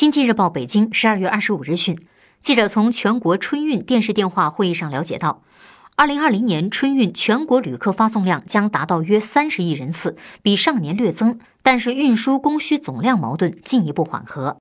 经济日报北京12月25日讯，记者从全国春运电视电话会议上了解到，2020年春运全国旅客发送量将达到约30亿人次，比上年略增，但是运输供需总量矛盾进一步缓和。